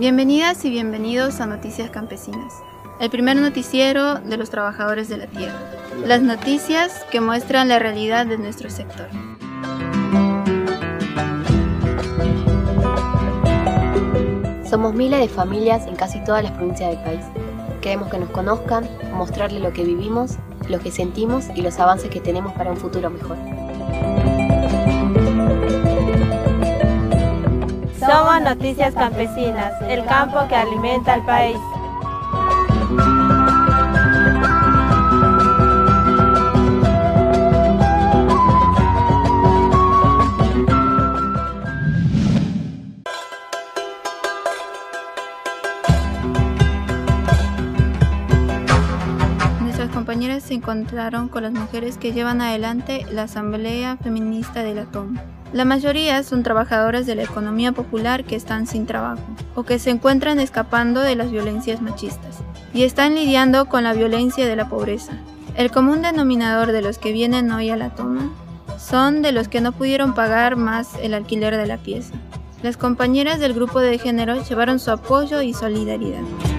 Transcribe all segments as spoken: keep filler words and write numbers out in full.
Bienvenidas y bienvenidos a Noticias Campesinas, el primer noticiero de los trabajadores de la tierra. Las noticias que muestran la realidad de nuestro sector. Somos miles de familias en casi todas las provincias del país. Queremos que nos conozcan, mostrarles lo que vivimos, lo que sentimos y los avances que tenemos para un futuro mejor. Somos Noticias Campesinas, el campo que alimenta al país. Nuestras compañeras se encontraron con las mujeres que llevan adelante la Asamblea Feminista de la Toma. La mayoría son trabajadoras de la economía popular que están sin trabajo o que se encuentran escapando de las violencias machistas y están lidiando con la violencia de la pobreza. El común denominador de los que vienen hoy a la toma son de los que no pudieron pagar más el alquiler de la pieza. Las compañeras del grupo de género llevaron su apoyo y solidaridad.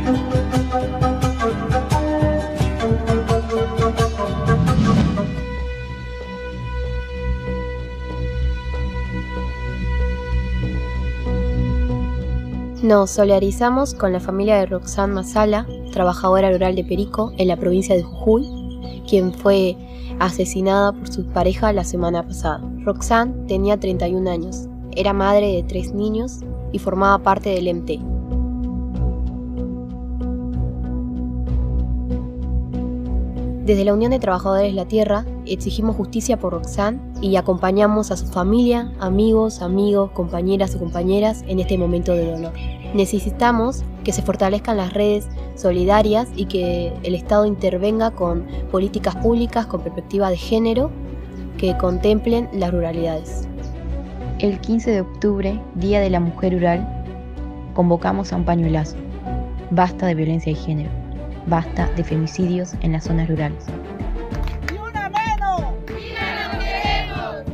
Nos solidarizamos con la familia de Roxanne Masala, trabajadora rural de Perico, en la provincia de Jujuy, quien fue asesinada por su pareja la semana pasada. Roxanne tenía treinta y un años, era madre de tres niños y formaba parte del M T. Desde la Unión de Trabajadores de la Tierra exigimos justicia por Roxanne y acompañamos a su familia, amigos, amigos, compañeras y compañeras en este momento de dolor. Necesitamos que se fortalezcan las redes solidarias y que el Estado intervenga con políticas públicas con perspectiva de género que contemplen las ruralidades. El quince de octubre, Día de la Mujer Rural, convocamos a un pañuelazo. Basta de violencia de género. Basta de femicidios en las zonas rurales. ¡Ni una menos! ¡Ya no queremos!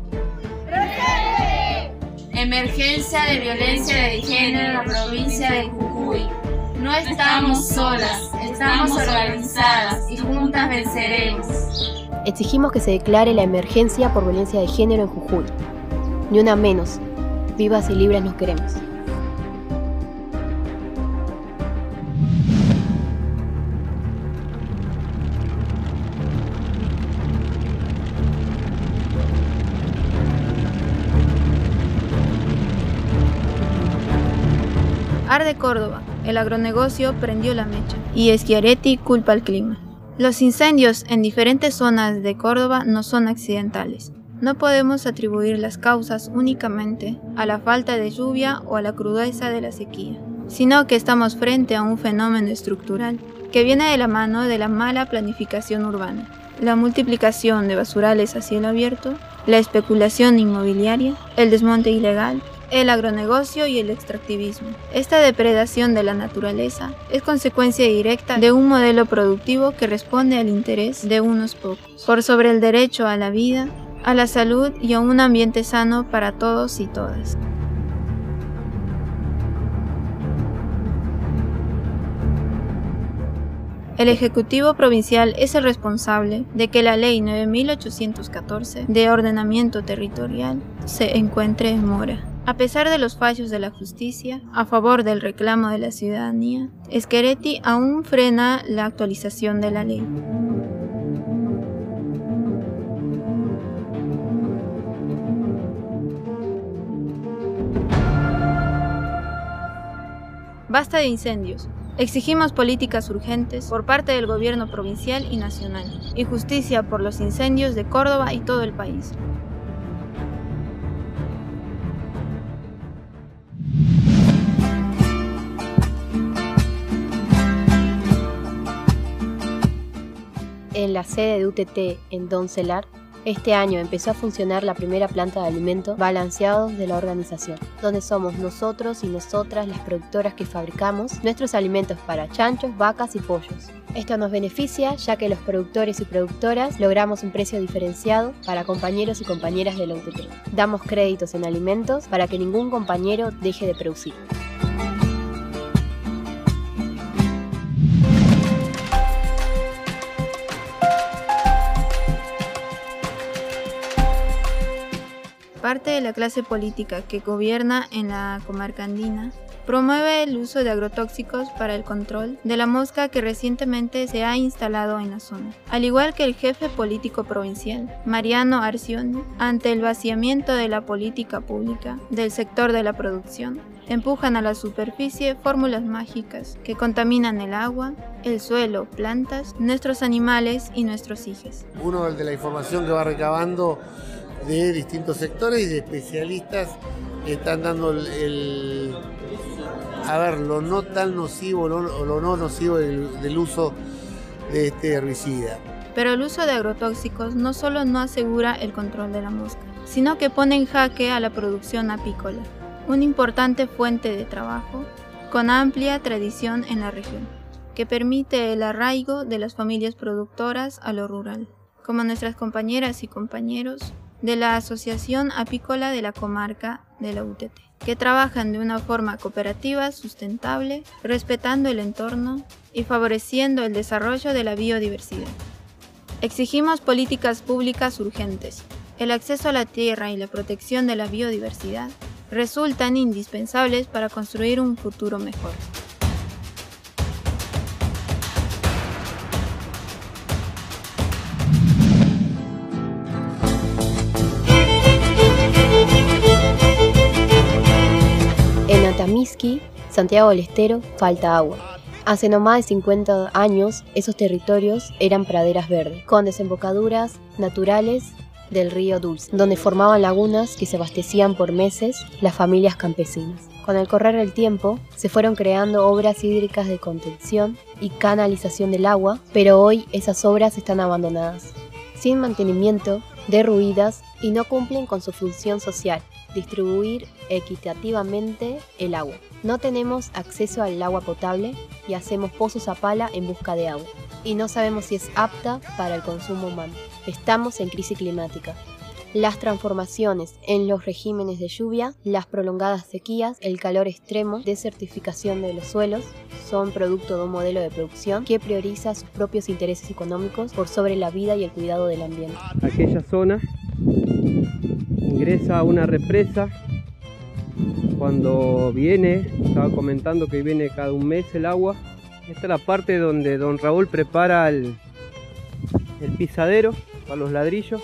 ¡Presente! Emergencia de violencia de género en la provincia de Jujuy. No estamos solas, estamos organizadas y juntas venceremos. Exigimos que se declare la emergencia por violencia de género en Jujuy. Ni una menos. Vivas y libres nos queremos. Arde Córdoba, el agronegocio prendió la mecha y Schiaretti culpa al clima. Los incendios en diferentes zonas de Córdoba no son accidentales. No podemos atribuir las causas únicamente a la falta de lluvia o a la crudeza de la sequía, sino que estamos frente a un fenómeno estructural que viene de la mano de la mala planificación urbana, la multiplicación de basurales a cielo abierto, la especulación inmobiliaria, el desmonte ilegal, el agronegocio y el extractivismo. Esta depredación de la naturaleza es consecuencia directa de un modelo productivo que responde al interés de unos pocos, por sobre el derecho a la vida, a la salud y a un ambiente sano para todos y todas. El Ejecutivo Provincial es el responsable de que la Ley nueve mil ochocientos catorce de Ordenamiento Territorial se encuentre en mora. A pesar de los fallos de la justicia a favor del reclamo de la ciudadanía, Schiaretti aún frena la actualización de la ley. Basta de incendios. Exigimos políticas urgentes por parte del gobierno provincial y nacional y justicia por los incendios de Córdoba y todo el país. En la sede de U T T en Doncelar, este año empezó a funcionar la primera planta de alimentos balanceados de la organización, donde somos nosotros y nosotras las productoras que fabricamos nuestros alimentos para chanchos, vacas y pollos. Esto nos beneficia ya que los productores y productoras logramos un precio diferenciado para compañeros y compañeras de la U T T. Damos créditos en alimentos para que ningún compañero deje de producir. parte de la clase política que gobierna en la comarca andina, promueve el uso de agrotóxicos para el control de la mosca que recientemente se ha instalado en la zona. Al igual que el jefe político provincial, Mariano Arcioni, ante el vaciamiento de la política pública del sector de la producción, empujan a la superficie fórmulas mágicas que contaminan el agua, el suelo, plantas, nuestros animales y nuestros hijos. Uno de la información que va recabando de distintos sectores y de especialistas que están dando el, el a ver, lo no tan nocivo lo, o lo no nocivo del, del uso de este herbicida. Pero el uso de agrotóxicos no solo no asegura el control de la mosca, sino que pone en jaque a la producción apícola, una importante fuente de trabajo con amplia tradición en la región, que permite el arraigo de las familias productoras a lo rural, como nuestras compañeras y compañeros de la Asociación Apícola de la Comarca de la U T T, que trabajan de una forma cooperativa, sustentable, respetando el entorno y favoreciendo el desarrollo de la biodiversidad. Exigimos políticas públicas urgentes. El acceso a la tierra y la protección de la biodiversidad resultan indispensables para construir un futuro mejor. En Atamisqui, Santiago del Estero, falta agua. Hace no más de cincuenta años, esos territorios eran praderas verdes, con desembocaduras naturales del río Dulce, donde formaban lagunas que se abastecían por meses las familias campesinas. Con el correr del tiempo, se fueron creando obras hídricas de contención y canalización del agua, pero hoy esas obras están abandonadas, sin mantenimiento, derruidas y no cumplen con su función social, distribuir equitativamente el agua. No tenemos acceso al agua potable y hacemos pozos a pala en busca de agua. Y no sabemos si es apta para el consumo humano. Estamos en crisis climática. Las transformaciones en los regímenes de lluvia, las prolongadas sequías, el calor extremo, desertificación de los suelos, son producto de un modelo de producción que prioriza sus propios intereses económicos por sobre la vida y el cuidado del ambiente. Aquella zona ingresa a una represa. Cuando viene, estaba comentando que viene cada un mes el agua. Esta es la parte donde don Raúl prepara el, el pisadero para los ladrillos.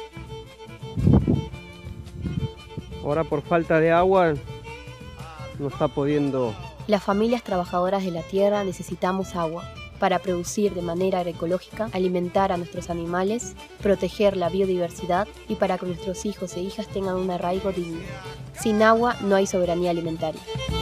Ahora por falta de agua no está pudiendo. Las familias trabajadoras de la tierra necesitamos agua para producir de manera agroecológica, alimentar a nuestros animales, proteger la biodiversidad y para que nuestros hijos e hijas tengan un arraigo digno. Sin agua no hay soberanía alimentaria.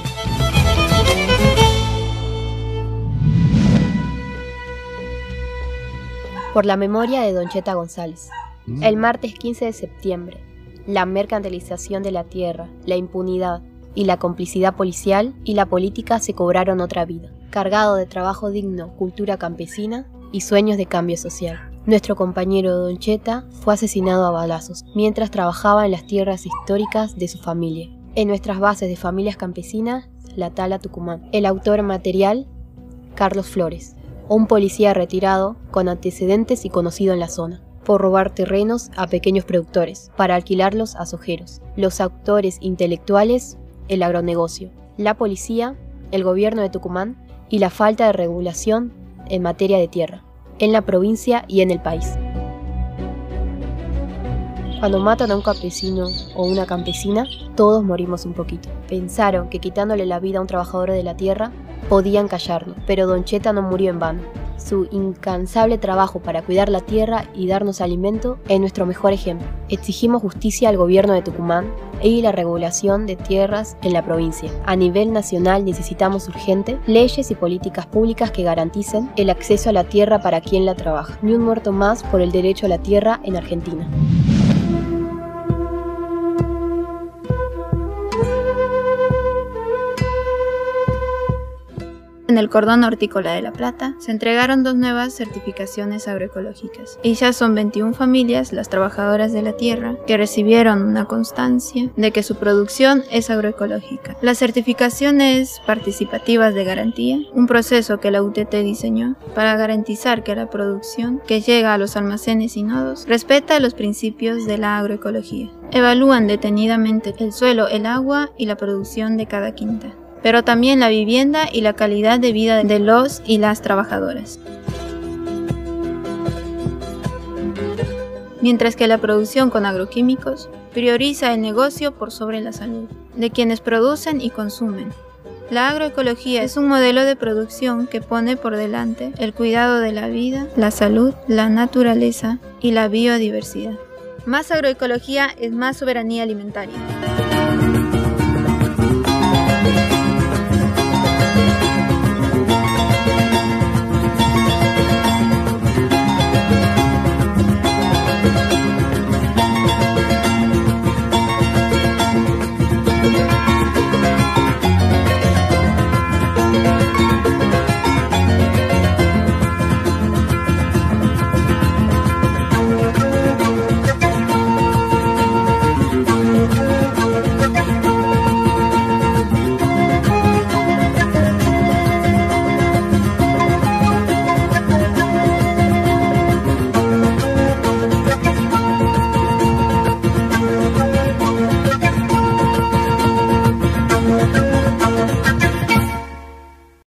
Por la memoria de Don Cheta González. El martes quince de septiembre, la mercantilización de la tierra, la impunidad y la complicidad policial y la política se cobraron otra vida, cargado de trabajo digno, cultura campesina y sueños de cambio social. Nuestro compañero Don Cheta fue asesinado a balazos mientras trabajaba en las tierras históricas de su familia, en nuestras bases de familias campesinas, La Tala, Tucumán. El autor material, Carlos Flores, un policía retirado con antecedentes y conocido en la zona, por robar terrenos a pequeños productores para alquilarlos a sojeros. Los autores intelectuales, el agronegocio, la policía, el gobierno de Tucumán y la falta de regulación en materia de tierra, en la provincia y en el país. Cuando matan a un campesino o una campesina, todos morimos un poquito. Pensaron que quitándole la vida a un trabajador de la tierra, podían callarlo, pero Don Cheta no murió en vano. Su incansable trabajo para cuidar la tierra y darnos alimento es nuestro mejor ejemplo. Exigimos justicia al gobierno de Tucumán y la regulación de tierras en la provincia. A nivel nacional necesitamos urgente leyes y políticas públicas que garanticen el acceso a la tierra para quien la trabaja. Ni un muerto más por el derecho a la tierra en Argentina. En el cordón hortícola de La Plata se entregaron dos nuevas certificaciones agroecológicas y ya son veintiuna familias las trabajadoras de la tierra que recibieron una constancia de que su producción es agroecológica. Las certificaciones participativas de garantía, un proceso que la U T T diseñó para garantizar que la producción que llega a los almacenes y nodos respeta los principios de la agroecología. Evalúan detenidamente el suelo, el agua y la producción de cada quinta, pero también la vivienda y la calidad de vida de los y las trabajadoras. Mientras que la producción con agroquímicos prioriza el negocio por sobre la salud de quienes producen y consumen. La agroecología es un modelo de producción que pone por delante el cuidado de la vida, la salud, la naturaleza y la biodiversidad. Más agroecología es más soberanía alimentaria.